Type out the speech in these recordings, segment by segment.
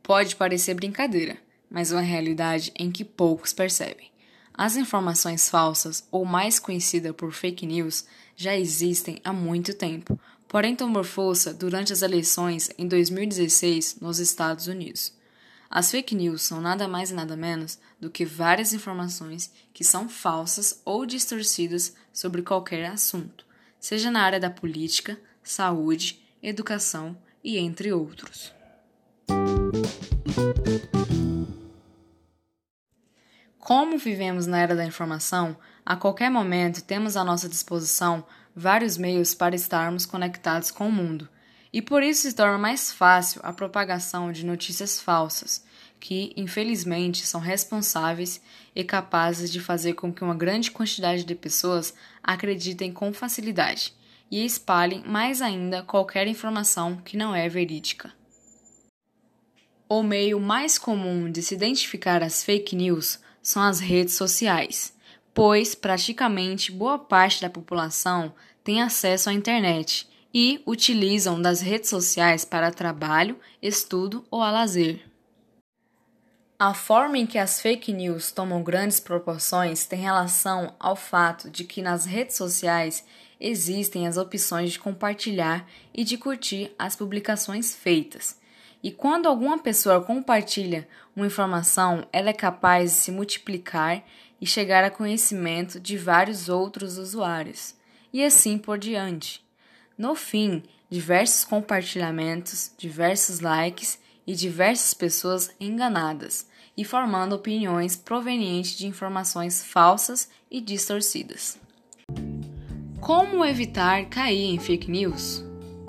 Pode parecer brincadeira, mas é uma realidade em que poucos percebem. As informações falsas, ou mais conhecida por fake news, já existem há muito tempo, porém tomou força durante as eleições em 2016 nos Estados Unidos. As fake news são nada mais e nada menos do que várias informações que são falsas ou distorcidas sobre qualquer assunto, seja na área da política, saúde, educação e entre outros. Como vivemos na era da informação, a qualquer momento temos à nossa disposição vários meios para estarmos conectados com o mundo, e por isso se torna mais fácil a propagação de notícias falsas, que, infelizmente, são responsáveis e capazes de fazer com que uma grande quantidade de pessoas acreditem com facilidade e espalhem mais ainda qualquer informação que não é verídica. O meio mais comum de se identificar as fake news são as redes sociais, pois praticamente boa parte da população tem acesso à internet e utilizam das redes sociais para trabalho, estudo ou a lazer. A forma em que as fake news tomam grandes proporções tem relação ao fato de que nas redes sociais existem as opções de compartilhar e de curtir as publicações feitas. E quando alguma pessoa compartilha uma informação, ela é capaz de se multiplicar e chegar a conhecimento de vários outros usuários, e assim por diante. No fim, diversos compartilhamentos, diversos likes e diversas pessoas enganadas, e formando opiniões provenientes de informações falsas e distorcidas. Como evitar cair em fake news?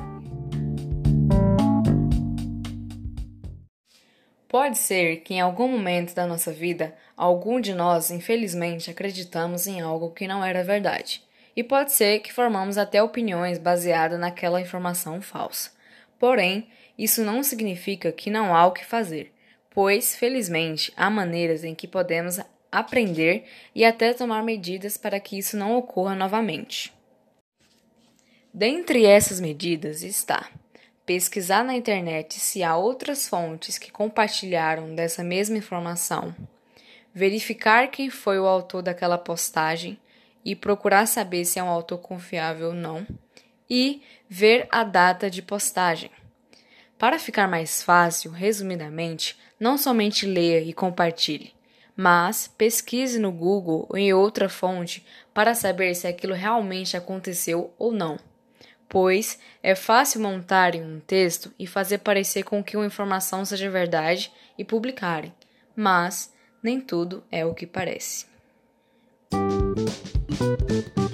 Pode ser que em algum momento da nossa vida, algum de nós, infelizmente, acreditamos em algo que não era verdade. E pode ser que formamos até opiniões baseadas naquela informação falsa. Porém, isso não significa que não há o que fazer, pois, felizmente, há maneiras em que podemos aprender e até tomar medidas para que isso não ocorra novamente. Dentre essas medidas está pesquisar na internet se há outras fontes que compartilharam dessa mesma informação, verificar quem foi o autor daquela postagem e procurar saber se é um autor confiável ou não, e ver a data de postagem. Para ficar mais fácil, resumidamente, não somente leia e compartilhe, mas pesquise no Google ou em outra fonte para saber se aquilo realmente aconteceu ou não, pois é fácil montarem um texto e fazer parecer com que uma informação seja verdade e publicarem, mas nem tudo é o que parece.